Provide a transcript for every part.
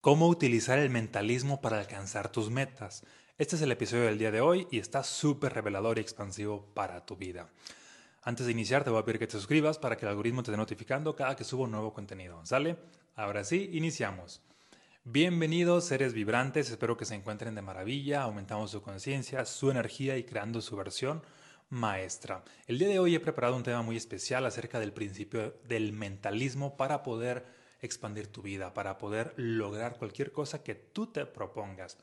¿Cómo utilizar el mentalismo para alcanzar tus metas? Este es el episodio del día de hoy y está súper revelador y expansivo para tu vida. Antes de iniciar te voy a pedir que te suscribas para que el algoritmo te esté notificando cada que subo un nuevo contenido. ¿Sale? Ahora sí, iniciamos. Bienvenidos seres vibrantes, espero que se encuentren de maravilla, aumentando su conciencia, su energía y creando su versión maestra. El día de hoy he preparado un tema muy especial acerca del principio del mentalismo para poder expandir tu vida, para poder lograr cualquier cosa que tú te propongas.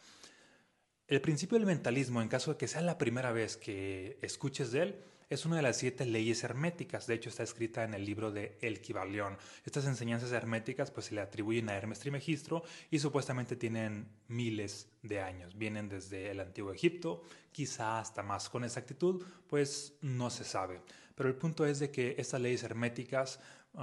El principio del mentalismo, en caso de que sea la primera vez que escuches de él, es una de las 7 leyes herméticas. De hecho, está escrita en el libro de El Kybalión. Estas enseñanzas herméticas pues, se le atribuyen a Hermes Trismegisto y supuestamente tienen miles de años. Vienen desde el Antiguo Egipto, quizá hasta más con exactitud, pues no se sabe. Pero el punto es de que estas leyes herméticas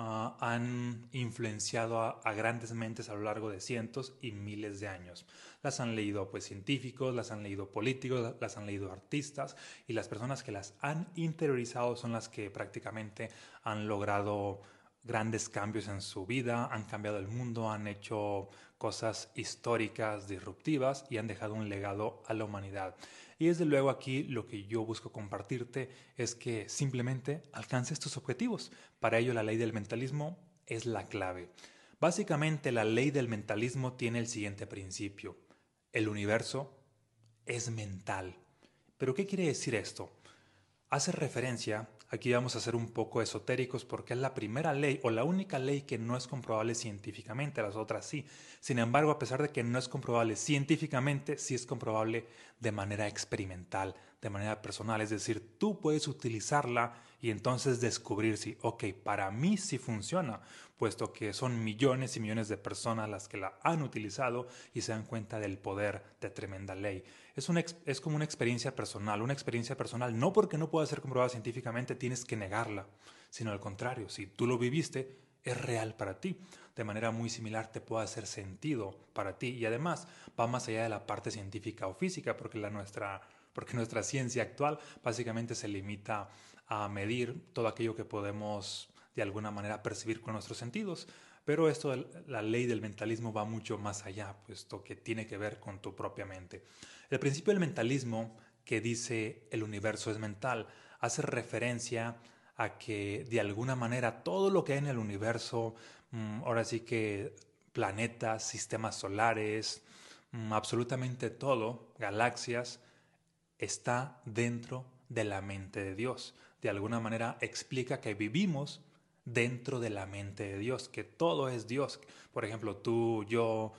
han influenciado a grandes mentes a lo largo de cientos y miles de años. Las han leído pues científicos, las han leído políticos, las han leído artistas, y las personas que las han interiorizado son las que prácticamente han logrado grandes cambios en su vida, han cambiado el mundo, han hecho cosas históricas, disruptivas, y han dejado un legado a la humanidad. Y desde luego aquí lo que yo busco compartirte es que simplemente alcances tus objetivos. Para ello la ley del mentalismo es la clave. Básicamente la ley del mentalismo tiene el siguiente principio: el universo es mental. ¿Pero qué quiere decir esto? Hace referencia, aquí vamos a ser un poco esotéricos porque es la primera ley o la única ley que no es comprobable científicamente, las otras sí. Sin embargo, a pesar de que no es comprobable científicamente, sí es comprobable de manera experimental, de manera personal. Es decir, tú puedes utilizarla y entonces descubrir si, ok, para mí sí funciona, puesto que son millones y millones de personas las que la han utilizado y se dan cuenta del poder de tremenda ley. Es como una experiencia personal, no porque no pueda ser comprobada científicamente tienes que negarla, sino al contrario, si tú lo viviste, es real para ti. De manera muy similar te puede hacer sentido para ti y además va más allá de la parte científica o física, porque nuestra ciencia actual básicamente se limita a medir todo aquello que podemos de alguna manera percibir con nuestros sentidos. Pero esto de la ley del mentalismo va mucho más allá, puesto que tiene que ver con tu propia mente. El principio del mentalismo, que dice el universo es mental, hace referencia a que de alguna manera todo lo que hay en el universo, ahora sí que planetas, sistemas solares, absolutamente todo, galaxias, está dentro de la mente de Dios. De alguna manera explica que vivimos dentro de la mente de Dios, que todo es Dios. Por ejemplo, tú, yo,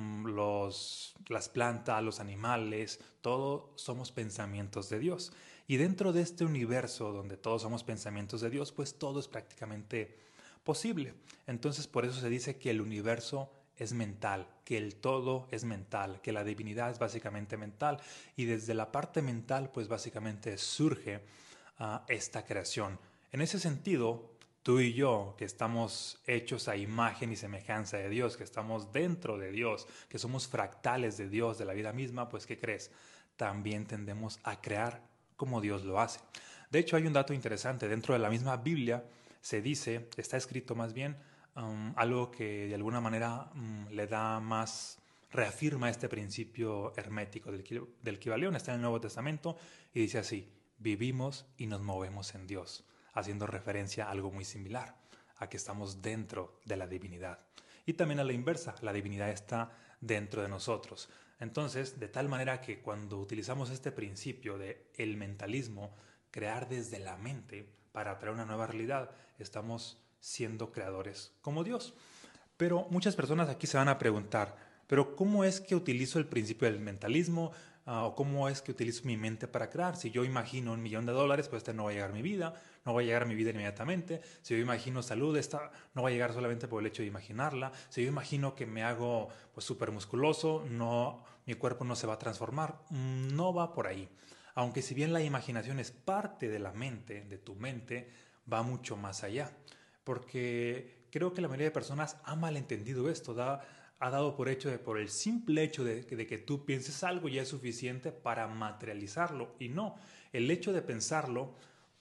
las plantas, los animales, todos somos pensamientos de Dios. Y dentro de este universo donde todos somos pensamientos de Dios, pues todo es prácticamente posible. Entonces por eso se dice que el universo es mental, que el todo es mental, que la divinidad es básicamente mental, y desde la parte mental pues básicamente surge esta creación. En ese sentido, tú y yo, que estamos hechos a imagen y semejanza de Dios, que estamos dentro de Dios, que somos fractales de Dios, de la vida misma, pues ¿qué crees? También tendemos a crear como Dios lo hace. De hecho, hay un dato interesante. Dentro de la misma Biblia se dice, está escrito más bien, algo que de alguna manera le da más, reafirma este principio hermético del Kybalión. Está en el Nuevo Testamento y dice así: vivimos y nos movemos en Dios, haciendo referencia a algo muy similar, a que estamos dentro de la divinidad. Y también a la inversa, la divinidad está dentro de nosotros. Entonces, de tal manera que cuando utilizamos este principio de el mentalismo, crear desde la mente para atraer una nueva realidad, estamos siendo creadores como Dios. Pero muchas personas aquí se van a preguntar, pero ¿cómo es que utilizo el principio del mentalismo? ¿O cómo es que utilizo mi mente para crear? Si yo imagino $1.000.000, pues este no va a llegar a mi vida, no va a llegar a mi vida inmediatamente. Si yo imagino salud, esta no va a llegar solamente por el hecho de imaginarla. Si yo imagino que me hago pues súper musculoso, no, mi cuerpo no se va a transformar. No va por ahí. Aunque si bien la imaginación es parte de la mente, de tu mente, va mucho más allá. Porque creo que la mayoría de personas ha malentendido esto, ha dado por hecho de por el simple hecho de que tú pienses algo ya es suficiente para materializarlo. Y no, el hecho de pensarlo,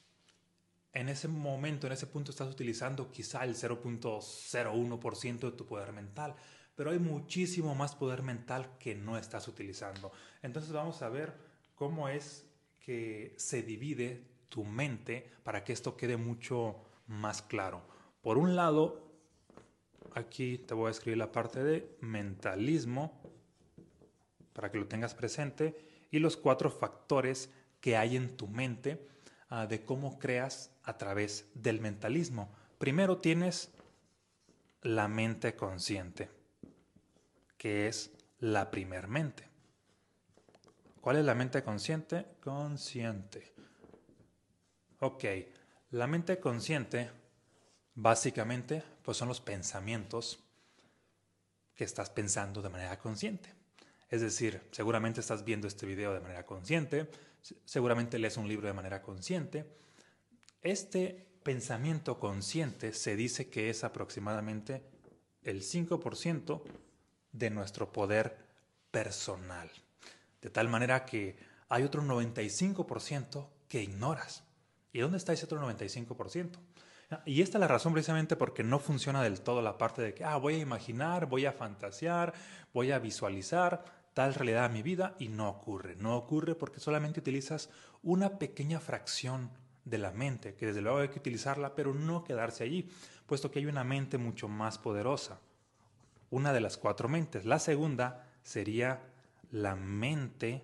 en ese momento, en ese punto estás utilizando quizá el 0.01% de tu poder mental. pero hay muchísimo más poder mental que no estás utilizando. Entonces vamos a ver cómo es que se divide tu mente para que esto quede mucho más claro. Por un lado, aquí te voy a escribir la parte de mentalismo para que lo tengas presente y los 4 factores que hay en tu mente de cómo creas a través del mentalismo. Primero tienes la mente consciente, que es la primer mente. ¿Cuál es la mente consciente? Consciente. Ok, la mente consciente básicamente pues son los pensamientos que estás pensando de manera consciente. Es decir, seguramente estás viendo este video de manera consciente, seguramente lees un libro de manera consciente. Este pensamiento consciente se dice que es aproximadamente el 5% de nuestro poder personal. De tal manera que hay otro 95% que ignoras. ¿Y dónde está ese otro 95%? Y esta es la razón precisamente porque no funciona del todo la parte de que voy a imaginar, voy a fantasear, voy a visualizar tal realidad a mi vida y no ocurre. No ocurre porque solamente utilizas una pequeña fracción de la mente, que desde luego hay que utilizarla, pero no quedarse allí, puesto que hay una mente mucho más poderosa. Una de las 4 mentes. La segunda sería la mente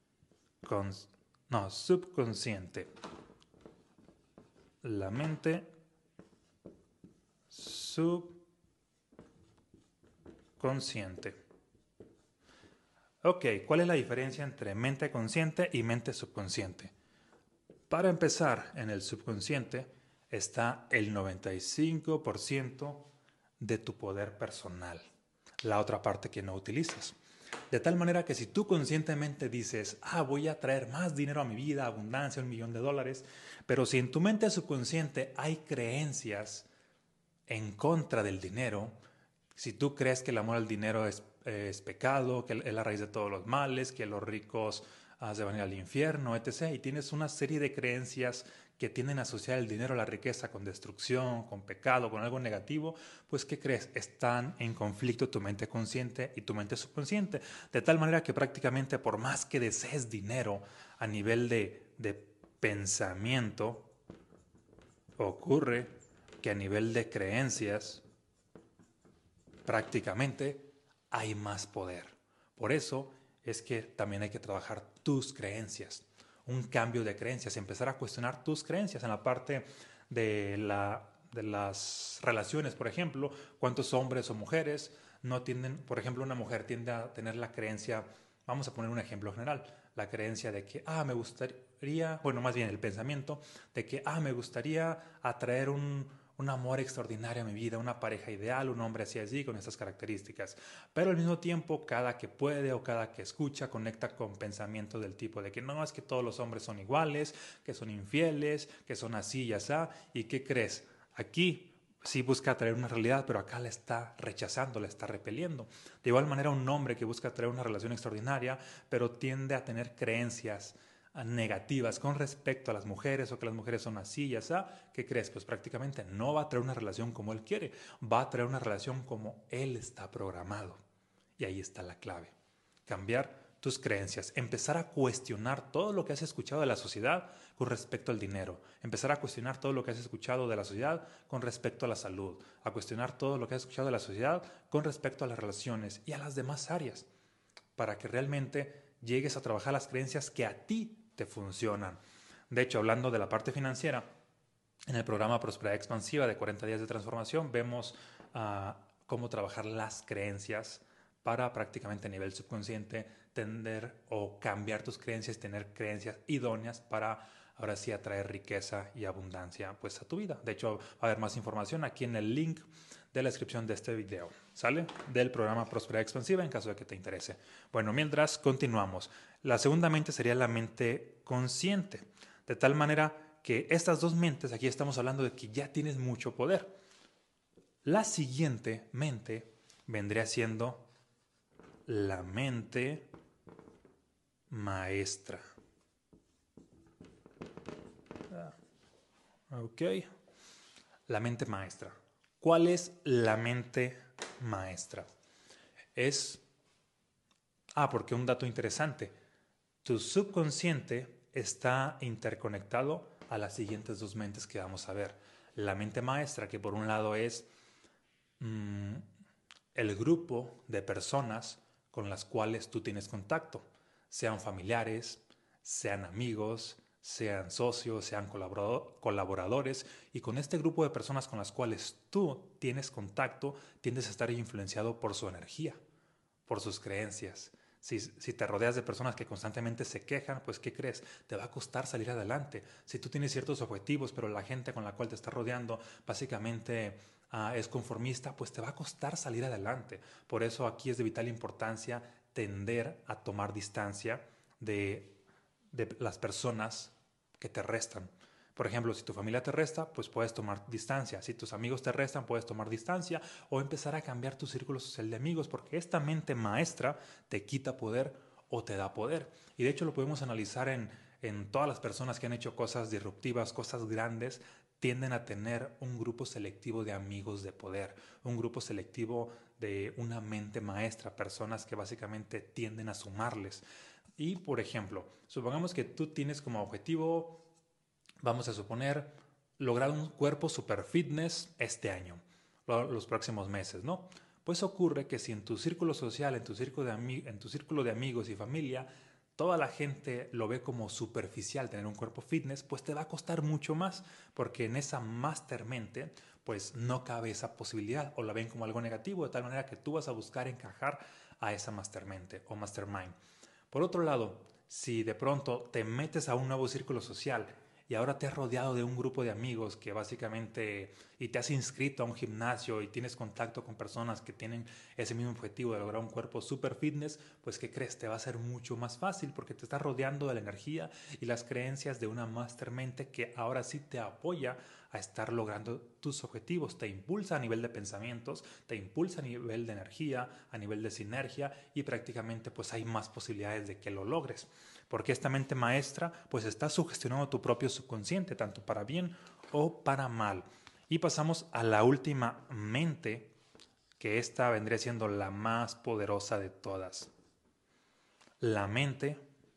subconsciente. La mente subconsciente. Ok, ¿cuál es la diferencia entre mente consciente y mente subconsciente? Para empezar, en el subconsciente está el 95% de tu poder personal, la otra parte que no utilizas. De tal manera que si tú conscientemente dices, voy a traer más dinero a mi vida, abundancia, $1,000,000, pero si en tu mente subconsciente hay creencias en contra del dinero, si tú crees que el amor al dinero es pecado, que es la raíz de todos los males, que los ricos se van a ir al infierno, etc., y tienes una serie de creencias que tienden a asociar el dinero a la riqueza con destrucción, con pecado, con algo negativo, pues ¿qué crees? Están en conflicto tu mente consciente y tu mente subconsciente, de tal manera que prácticamente por más que desees dinero a nivel de pensamiento, ocurre que a nivel de creencias prácticamente hay más poder. Por eso es que también hay que trabajar tus creencias, un cambio de creencias, empezar a cuestionar tus creencias en la parte de las relaciones, por ejemplo, cuántos hombres o mujeres no tienden, por ejemplo, una mujer tiende a tener la creencia, vamos a poner un ejemplo general, la creencia de que, me gustaría, bueno, más bien el pensamiento de que, me gustaría atraer un amor extraordinario a mi vida, una pareja ideal, un hombre así, con estas características. Pero al mismo tiempo, cada que puede o cada que escucha, conecta con pensamientos del tipo de que no, es que todos los hombres son iguales, que son infieles, que son así y así. ¿Y qué crees? Aquí sí busca atraer una realidad, pero acá la está rechazando, la está repeliendo. De igual manera, un hombre que busca atraer una relación extraordinaria, pero tiende a tener creencias negativas con respecto a las mujeres o que las mujeres son así y así, ¿qué crees? Pues prácticamente no va a traer una relación como él quiere, va a traer una relación como él está programado. Y ahí está la clave. Cambiar tus creencias, empezar a cuestionar todo lo que has escuchado de la sociedad con respecto al dinero, empezar a cuestionar todo lo que has escuchado de la sociedad con respecto a la salud, a cuestionar todo lo que has escuchado de la sociedad con respecto a las relaciones y a las demás áreas, para que realmente llegues a trabajar las creencias que a ti te funcionan. De hecho, hablando de la parte financiera, en el programa Prosperidad Expansiva de 40 días de transformación vemos cómo trabajar las creencias para prácticamente a nivel subconsciente tender o cambiar tus creencias, tener creencias idóneas para ahora sí atraer riqueza y abundancia pues a tu vida. De hecho, va a haber más información aquí en el link de la descripción de este video, ¿sale? Del programa Prosperidad Expansiva en caso de que te interese. Bueno, mientras continuamos. La segunda mente sería la mente consciente, de tal manera que estas dos mentes, aquí estamos hablando de que ya tienes mucho poder. La siguiente mente vendría siendo la mente maestra. Ok. La mente maestra. ¿Cuál es la mente maestra? es... porque un dato interesante. Tu subconsciente está interconectado a las siguientes dos mentes que vamos a ver. La mente maestra, que por un lado es mm, el grupo de personas con las cuales tú tienes contacto, sean familiares, sean amigos, sean socios, sean colaboradores, y con este grupo de personas con las cuales tú tienes contacto, tiendes a estar influenciado por su energía, por sus creencias. Si te rodeas de personas que constantemente se quejan, pues ¿qué crees? Te va a costar salir adelante. Si tú tienes ciertos objetivos, pero la gente con la cual te estás rodeando básicamente es conformista, pues te va a costar salir adelante. Por eso aquí es de vital importancia tender a tomar distancia de, de las personas que te restan. Por ejemplo, si tu familia te resta, pues puedes tomar distancia. Si tus amigos te restan, puedes tomar distancia o empezar a cambiar tu círculo social de amigos, porque esta mente maestra te quita poder o te da poder. Y de hecho lo podemos analizar en todas las personas que han hecho cosas disruptivas, cosas grandes, tienden a tener un grupo selectivo de amigos de poder, un grupo selectivo de una mente maestra, personas que básicamente tienden a sumarles. Y por ejemplo, supongamos que tú tienes como objetivo, vamos a suponer, lograr un cuerpo super fitness este año, los próximos meses, ¿no? Pues ocurre que si en tu círculo social, en tu círculo de amigos y familia, toda la gente lo ve como superficial tener un cuerpo fitness, pues te va a costar mucho más, porque en esa mastermente, pues no cabe esa posibilidad o la ven como algo negativo, de tal manera que tú vas a buscar encajar a esa mastermente o mastermind. Por otro lado, si de pronto te metes a un nuevo círculo social y ahora te has rodeado de un grupo de amigos que básicamente y te has inscrito a un gimnasio y tienes contacto con personas que tienen ese mismo objetivo de lograr un cuerpo super fitness, pues ¿qué crees? Te va a ser mucho más fácil porque te estás rodeando de la energía y las creencias de una mastermente que ahora sí te apoya a estar logrando tus objetivos, te impulsa a nivel de pensamientos, te impulsa a nivel de energía, a nivel de sinergia y prácticamente pues hay más posibilidades de que lo logres. Porque esta mente maestra pues está sugestionando tu propio subconsciente, tanto para bien o para mal. Y pasamos a la última mente, que esta vendría siendo la más poderosa de todas. La mente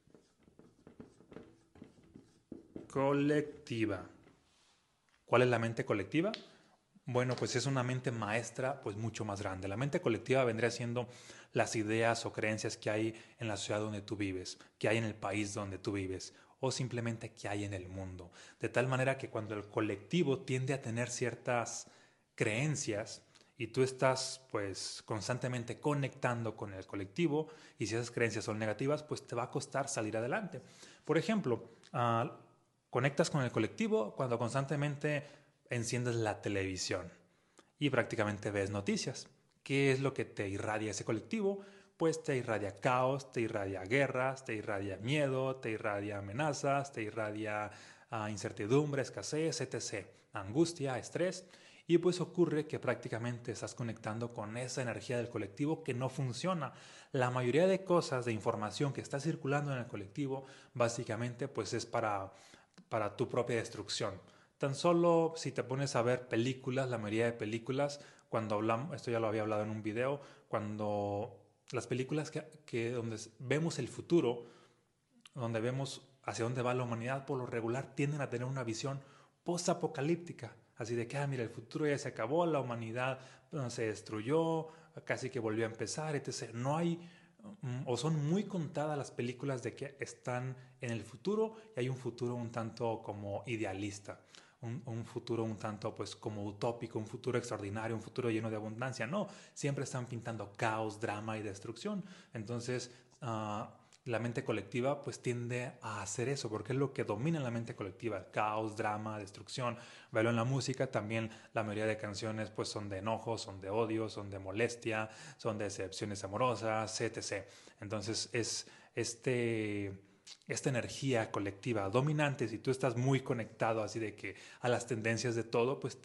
colectiva. ¿Cuál es la mente colectiva? Bueno, pues es una mente maestra, pues mucho más grande. La mente colectiva vendría siendo las ideas o creencias que hay en la ciudad donde tú vives, que hay en el país donde tú vives, o simplemente que hay en el mundo. De tal manera que cuando el colectivo tiende a tener ciertas creencias y tú estás pues constantemente conectando con el colectivo y si esas creencias son negativas, pues te va a costar salir adelante. Por ejemplo, conectas con el colectivo cuando constantemente enciendes la televisión y prácticamente ves noticias. ¿Qué es lo que te irradia ese colectivo? Pues te irradia caos, te irradia guerras, te irradia miedo, te irradia amenazas, te irradia incertidumbre, escasez, etc. Angustia, estrés. Y pues ocurre que prácticamente estás conectando con esa energía del colectivo que no funciona. La mayoría de cosas, de información que está circulando en el colectivo, básicamente pues es para tu propia destrucción. Tan solo si te pones a ver películas, la mayoría de películas, cuando hablamos, esto ya lo había hablado en un video, cuando las películas donde vemos el futuro, donde vemos hacia dónde va la humanidad, por lo regular tienden a tener una visión post-apocalíptica. Así de que, mira, el futuro ya se acabó, la humanidad se destruyó, casi que volvió a empezar, etc. No hay, o son muy contadas las películas de que están en el futuro y hay un futuro un tanto como idealista. Un futuro un tanto pues como utópico, un futuro extraordinario, un futuro lleno de abundancia. No, siempre están pintando caos, drama y destrucción. Entonces, la mente colectiva pues tiende a hacer eso, porque es lo que domina en la mente colectiva, caos, drama, destrucción. Verlo en la música también, la mayoría de canciones pues son de enojo, son de odio, son de molestia, son de decepciones amorosas, etc. Entonces es esta energía colectiva dominante, si tú estás muy conectado así de que a las tendencias de todo, pues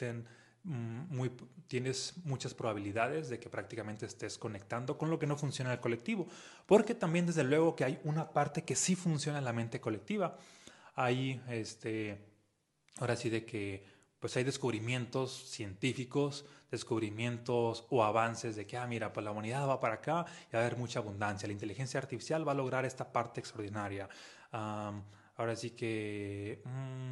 tienes muchas probabilidades de que prácticamente estés conectando con lo que no funciona en el colectivo, porque también desde luego que hay una parte que sí funciona en la mente colectiva. Hay ahora sí de que pues hay descubrimientos científicos, descubrimientos o avances de que, mira, pues la humanidad va para acá y va a haber mucha abundancia. La inteligencia artificial va a lograr esta parte extraordinaria. Ahora sí que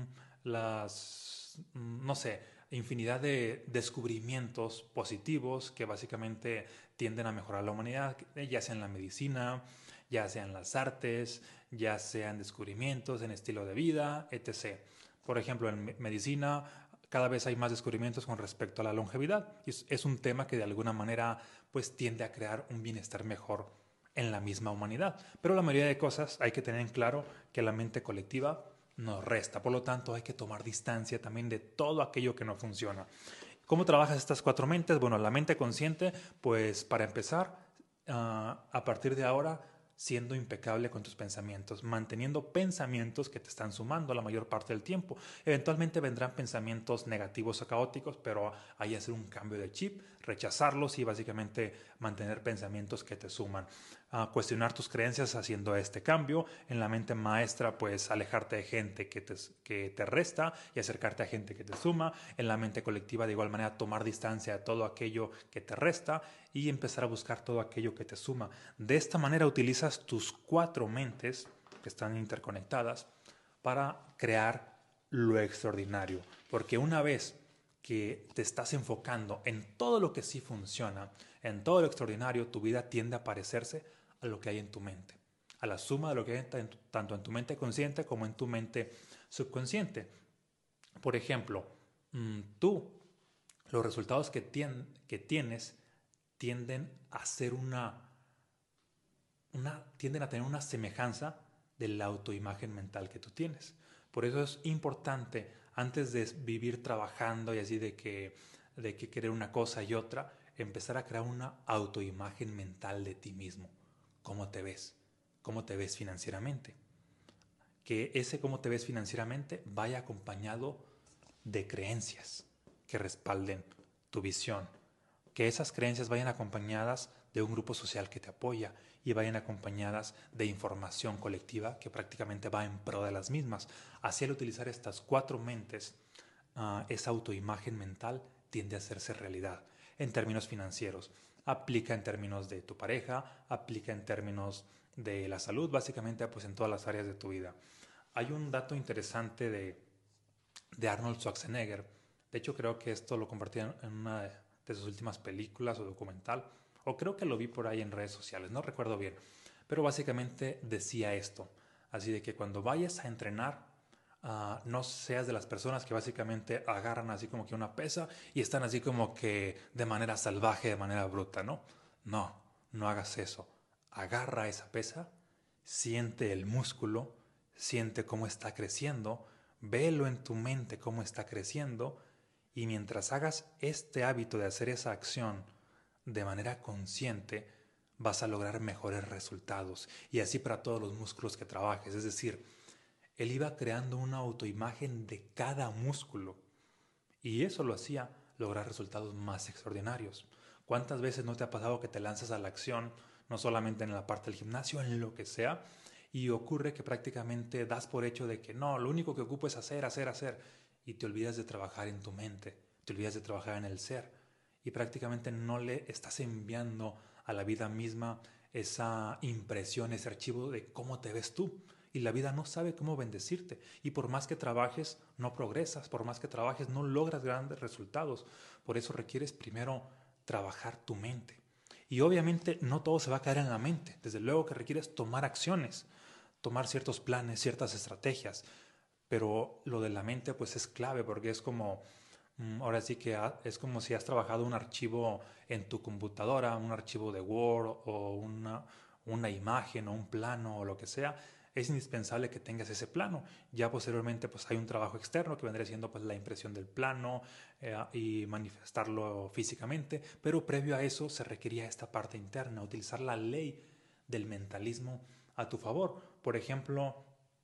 no sé, infinidad de descubrimientos positivos que básicamente tienden a mejorar la humanidad, ya sea en la medicina, ya sea en las artes, ya sean descubrimientos en estilo de vida, etc. Por ejemplo, en medicina cada vez hay más descubrimientos con respecto a la longevidad. Es un tema que de alguna manera pues tiende a crear un bienestar mejor en la misma humanidad. Pero la mayoría de cosas hay que tener en claro que la mente colectiva nos resta. Por lo tanto, hay que tomar distancia también de todo aquello que no funciona. ¿Cómo trabajas estas cuatro mentes? Bueno, la mente consciente, pues para empezar, a partir de ahora, siendo impecable con tus pensamientos, manteniendo pensamientos que te están sumando la mayor parte del tiempo. Eventualmente vendrán pensamientos negativos o caóticos, pero hay que hacer un cambio de chip, rechazarlos y básicamente mantener pensamientos que te suman. Cuestionar tus creencias haciendo este cambio. En la mente maestra, pues alejarte de gente que te resta y acercarte a gente que te suma. En la mente colectiva, de igual manera, tomar distancia de todo aquello que te resta y empezar a buscar todo aquello que te suma. De esta manera utilizas tus cuatro mentes que están interconectadas para crear lo extraordinario. Porque una vez que te estás enfocando en todo lo que sí funciona, en todo lo extraordinario, tu vida tiende a parecerse a lo que hay en tu mente, a la suma de lo que hay tanto en tu mente consciente como en tu mente subconsciente. Por ejemplo, tú, los resultados que tienes tienden a ser tienden a tener una semejanza de la autoimagen mental que tú tienes. Por eso es importante, antes de vivir trabajando y así de que querer una cosa y otra, empezar a crear una autoimagen mental de ti mismo. ¿Cómo te ves? ¿Cómo te ves financieramente? Que ese cómo te ves financieramente vaya acompañado de creencias que respalden tu visión. Que esas creencias vayan acompañadas de un grupo social que te apoya y vayan acompañadas de información colectiva que prácticamente va en pro de las mismas. Así, al utilizar estas cuatro mentes, esa autoimagen mental tiende a hacerse realidad en términos financieros. Aplica en términos de tu pareja, aplica en términos de la salud, básicamente pues en todas las áreas de tu vida. Hay un dato interesante de Arnold Schwarzenegger. De hecho, creo que esto lo compartí en una de sus últimas películas o documental, o creo que lo vi por ahí en redes sociales, no recuerdo bien, pero básicamente decía esto, así de que cuando vayas a entrenar, no seas de las personas que básicamente agarran así como que una pesa y están así como que de manera salvaje, de manera bruta, ¿no? No, no hagas eso. Agarra esa pesa, siente el músculo, siente cómo está creciendo, velo en tu mente cómo está creciendo y mientras hagas este hábito de hacer esa acción de manera consciente, vas a lograr mejores resultados y así para todos los músculos que trabajes. Es decir, él iba creando una autoimagen de cada músculo y eso lo hacía lograr resultados más extraordinarios. ¿Cuántas veces no te ha pasado que te lanzas a la acción, no solamente en la parte del gimnasio, en lo que sea, y ocurre que prácticamente das por hecho de que no, lo único que ocupo es hacer, hacer, hacer, y te olvidas de trabajar en tu mente, te olvidas de trabajar en el ser, y prácticamente no le estás enviando a la vida misma esa impresión, ese archivo de cómo te ves tú. Y la vida no sabe cómo bendecirte. Y por más que trabajes, no progresas. Por más que trabajes, no logras grandes resultados. Por eso requieres primero trabajar tu mente. Y obviamente no todo se va a caer en la mente. Desde luego que requieres tomar acciones, tomar ciertos planes, ciertas estrategias. Pero lo de la mente pues es clave porque es como, ahora sí que es como si has trabajado un archivo en tu computadora, un archivo de Word o una imagen o un plano o lo que sea. Es indispensable que tengas ese plano. Ya posteriormente pues hay un trabajo externo que vendría siendo pues la impresión del plano y manifestarlo físicamente, pero previo a eso se requería esta parte interna, utilizar la ley del mentalismo a tu favor. Por ejemplo,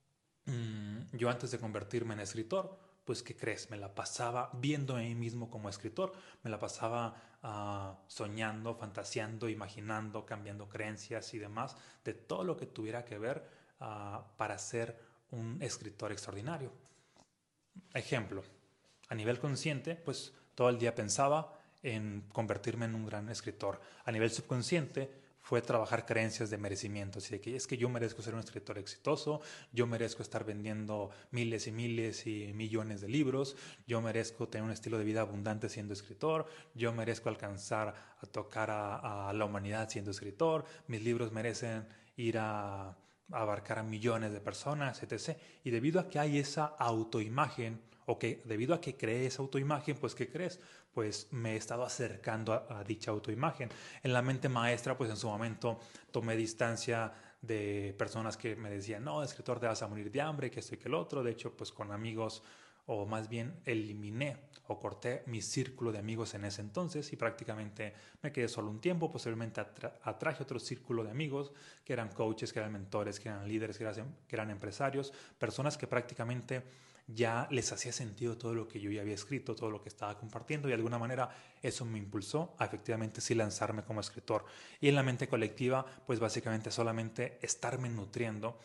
yo antes de convertirme en escritor, pues ¿qué crees? Me la pasaba viendo a mí mismo como escritor, me la pasaba soñando, fantaseando, imaginando, cambiando creencias y demás, de todo lo que tuviera que ver para ser un escritor extraordinario. Ejemplo, A nivel consciente, pues todo el día pensaba en convertirme en un gran escritor. A nivel subconsciente fue trabajar creencias de merecimiento, así de que es que yo merezco ser un escritor exitoso, yo merezco estar vendiendo miles y miles y millones de libros, yo merezco tener un estilo de vida abundante siendo escritor, yo merezco alcanzar a tocar a la humanidad siendo escritor, mis libros merecen ir a abarcar a millones de personas, etc. Y debido a que hay esa autoimagen, o que debido a que creé esa autoimagen, pues ¿qué crees? Pues me he estado acercando a dicha autoimagen. En la mente maestra, pues en su momento tomé distancia de personas que me decían, no, escritor, te vas a morir de hambre, que esto y que el otro. De hecho, pues con amigos, o más bien eliminé o corté mi círculo de amigos en ese entonces y prácticamente me quedé solo un tiempo. Posteriormente atraje otro círculo de amigos que eran coaches, que eran mentores, que eran líderes, que eran empresarios, personas que prácticamente ya les hacía sentido todo lo que yo ya había escrito, todo lo que estaba compartiendo, y de alguna manera eso me impulsó a efectivamente sí lanzarme como escritor. Y en la mente colectiva, pues básicamente solamente estarme nutriendo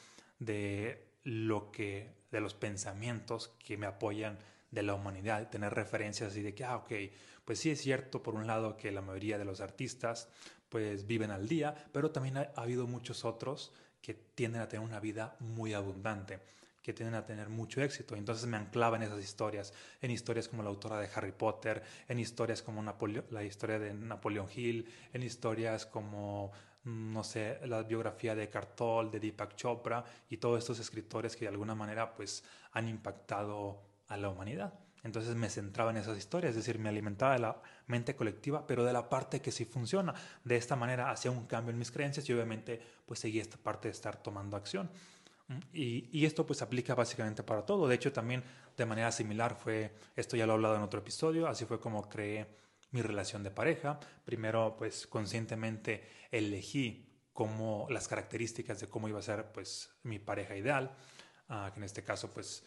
de los pensamientos que me apoyan de la humanidad, tener referencias así de que, ok, pues sí es cierto por un lado que la mayoría de los artistas pues viven al día, pero también ha habido muchos otros que tienden a tener una vida muy abundante, que tienden a tener mucho éxito. Entonces me anclaba en esas historias, en historias como la autora de Harry Potter, en historias como la historia de Napoleon Hill, en historias como, no sé, la biografía de Eckhart Tolle, de Deepak Chopra y todos estos escritores que de alguna manera pues han impactado a la humanidad. Entonces me centraba en esas historias, es decir, me alimentaba de la mente colectiva, pero de la parte que sí funciona. De esta manera hacía un cambio en mis creencias y obviamente pues seguía esta parte de estar tomando acción. Y esto pues aplica básicamente para todo. De hecho también de manera similar fue, esto ya lo he hablado en otro episodio, así fue como creé mi relación de pareja. Primero pues conscientemente elegí como las características de cómo iba a ser pues mi pareja ideal, que en este caso pues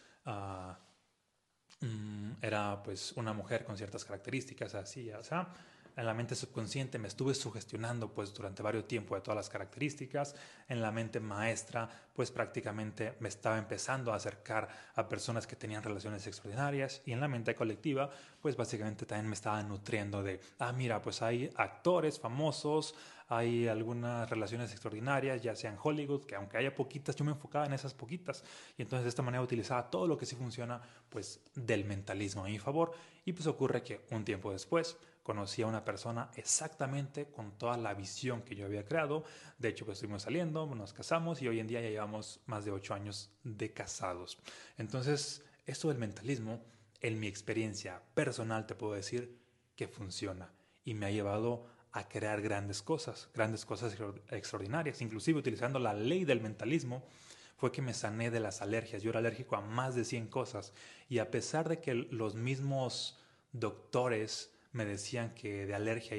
era pues una mujer con ciertas características así, o sea, en la mente subconsciente me estuve sugestionando pues durante varios tiempos de todas las características. En la mente maestra pues prácticamente me estaba empezando a acercar a personas que tenían relaciones extraordinarias, y en la mente colectiva pues básicamente también me estaba nutriendo de, mira, pues hay actores famosos, hay algunas relaciones extraordinarias, ya sea en Hollywood, que aunque haya poquitas, yo me enfocaba en esas poquitas, y entonces de esta manera utilizaba todo lo que sí funciona pues del mentalismo a mi favor. Y pues ocurre que un tiempo después conocí a una persona exactamente con toda la visión que yo había creado. De hecho, pues estuvimos saliendo, nos casamos y hoy en día ya llevamos más de 8 años de casados. Entonces, esto del mentalismo, en mi experiencia personal, te puedo decir que funciona y me ha llevado a crear grandes cosas extraordinarias. Inclusive utilizando la ley del mentalismo, fue que me sané de las alergias. Yo era alérgico a más de 100 cosas, y a pesar de que los mismos doctores me decían que de alergia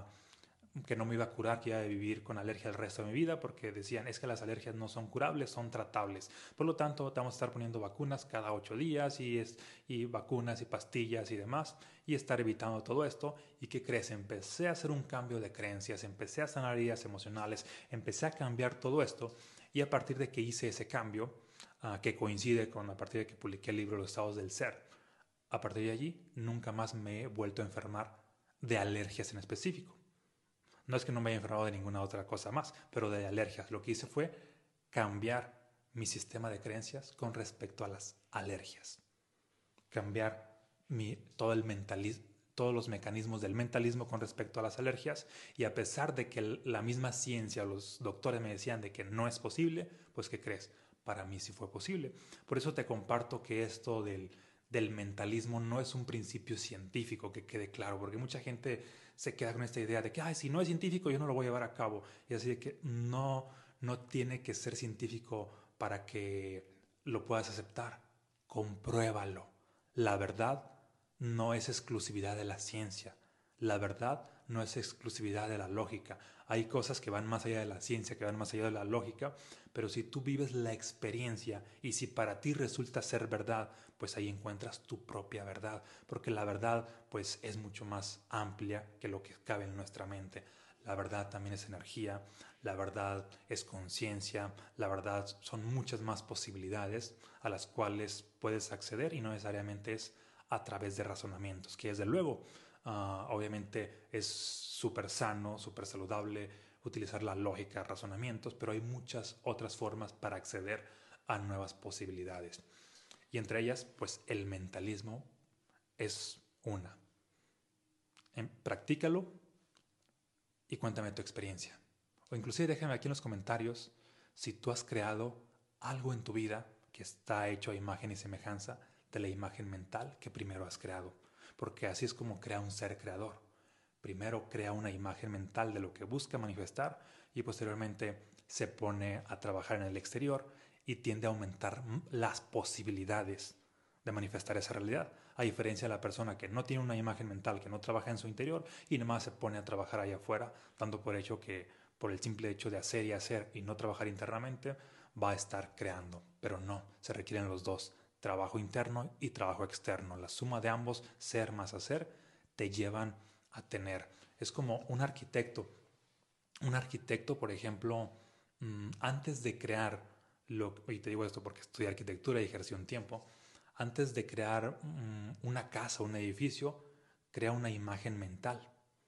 que no me iba a curar, que iba a vivir con alergia el resto de mi vida, porque decían, es que las alergias no son curables, son tratables. Por lo tanto, te vamos a estar poniendo vacunas cada 8 días y vacunas y pastillas y demás, y estar evitando todo esto. ¿Y qué crees? Empecé a hacer un cambio de creencias, empecé a sanar heridas emocionales, empecé a cambiar todo esto, y a partir de que hice ese cambio, que coincide con a partir de que publiqué el libro Los estados del ser, a partir de allí nunca más me he vuelto a enfermar de alergias en específico. No es que no me haya enfermado de ninguna otra cosa más, pero de alergias. Lo que hice fue cambiar mi sistema de creencias con respecto a las alergias. Cambiar todo el mentalismo, todos los mecanismos del mentalismo con respecto a las alergias, y a pesar de que la misma ciencia, los doctores me decían de que no es posible, pues ¿qué crees? Para mí sí fue posible. Por eso te comparto que esto del mentalismo no es un principio científico, que quede claro, porque mucha gente se queda con esta idea de que, si no es científico yo no lo voy a llevar a cabo, y así de que no tiene que ser científico para que lo puedas aceptar. Compruébalo. La verdad no es exclusividad de la ciencia. La verdad no es exclusividad de la lógica. Hay cosas que van más allá de la ciencia, que van más allá de la lógica, pero si tú vives la experiencia y si para ti resulta ser verdad, pues ahí encuentras tu propia verdad, porque la verdad pues es mucho más amplia que lo que cabe en nuestra mente. La verdad también es energía, la verdad es conciencia, la verdad son muchas más posibilidades a las cuales puedes acceder, y no necesariamente es a través de razonamientos, que desde luego, obviamente es súper sano, súper saludable utilizar la lógica, razonamientos, pero hay muchas otras formas para acceder a nuevas posibilidades. Y entre ellas, pues el mentalismo es una. Practícalo y cuéntame tu experiencia. O inclusive déjame aquí en los comentarios si tú has creado algo en tu vida que está hecho a imagen y semejanza de la imagen mental que primero has creado. Porque así es como crea un ser creador. Primero crea una imagen mental de lo que busca manifestar y posteriormente se pone a trabajar en el exterior y tiende a aumentar las posibilidades de manifestar esa realidad, a diferencia de la persona que no tiene una imagen mental, que no trabaja en su interior y nomás se pone a trabajar allá afuera, dando por hecho que por el simple hecho de hacer y hacer y no trabajar internamente, va a estar creando. Pero no, se requieren los dos, trabajo interno y trabajo externo. La suma de ambos, ser más hacer, te llevan a tener. Es como un arquitecto. Un arquitecto, por ejemplo, antes de crear, y te digo esto porque estudié arquitectura y ejercí un tiempo, antes de crear una casa, un edificio, crea una imagen mental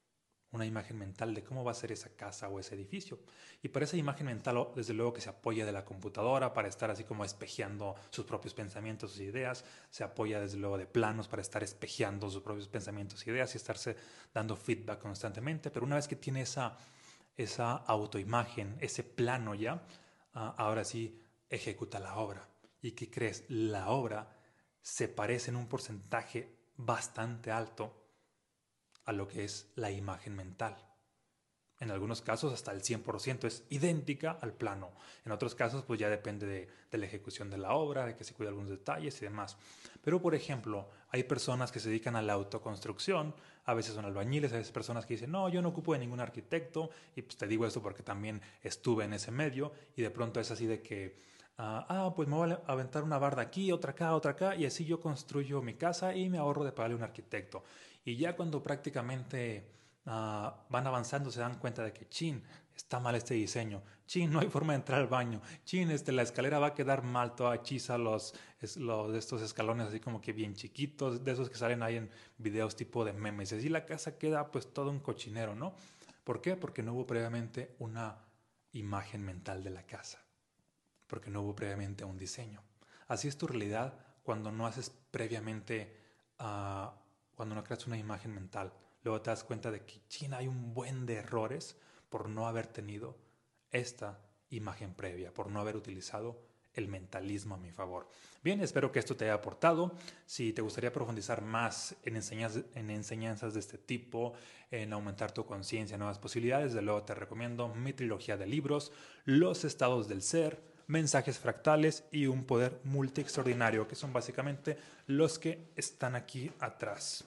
de cómo va a ser esa casa o ese edificio. Y para esa imagen mental, desde luego que se apoya de la computadora para estar así como espejeando sus propios pensamientos, sus ideas, se apoya desde luego de planos para estar espejeando sus propios pensamientos, ideas y estarse dando feedback constantemente. Pero una vez que tiene esa autoimagen, ese plano ya, ahora sí ejecuta la obra. ¿Y qué crees? La obra se parece en un porcentaje bastante alto a lo que es la imagen mental. En algunos casos hasta el 100% es idéntica al plano. En otros casos pues ya depende de la ejecución de la obra, de que se cuide algunos detalles y demás. Pero por ejemplo, hay personas que se dedican a la autoconstrucción, a veces son albañiles, a veces personas que dicen, no, yo no ocupo de ningún arquitecto, y pues te digo esto porque también estuve en ese medio, y de pronto es así de que, pues me voy a aventar una barda aquí, otra acá, y así yo construyo mi casa y me ahorro de pagarle a un arquitecto. Y ya cuando prácticamente van avanzando se dan cuenta de que, chin, está mal este diseño, chin, no hay forma de entrar al baño, chin, la escalera va a quedar mal, toda hechiza, estos escalones así como que bien chiquitos, de esos que salen ahí en videos tipo de memes, y así la casa queda pues todo un cochinero, ¿no? ¿Por qué? Porque no hubo previamente una imagen mental de la casa, porque no hubo previamente un diseño. Así es tu realidad cuando no haces previamente, cuando no creas una imagen mental. Luego te das cuenta de que China hay un buen de errores por no haber tenido esta imagen previa, por no haber utilizado el mentalismo a mi favor. Bien, espero que esto te haya aportado. Si te gustaría profundizar más en enseñanzas de este tipo, en aumentar tu conciencia, nuevas posibilidades, de luego te recomiendo mi trilogía de libros, Los estados del ser, Mensajes fractales y Un poder multi-extraordinario, que son básicamente los que están aquí atrás.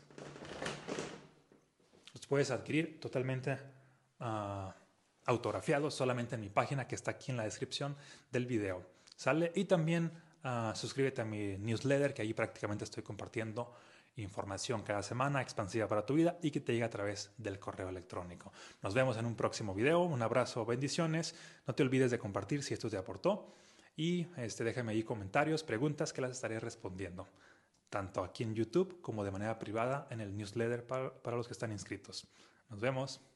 Los puedes adquirir totalmente autografiados solamente en mi página que está aquí en la descripción del video. ¿Sale? Y también suscríbete a mi newsletter, que ahí prácticamente estoy compartiendo información cada semana expansiva para tu vida y que te llega a través del correo electrónico. Nos vemos en un próximo video. Un abrazo, bendiciones. No te olvides de compartir si esto te aportó y déjame ahí comentarios, preguntas que las estaré respondiendo, tanto aquí en YouTube como de manera privada en el newsletter para los que están inscritos. Nos vemos.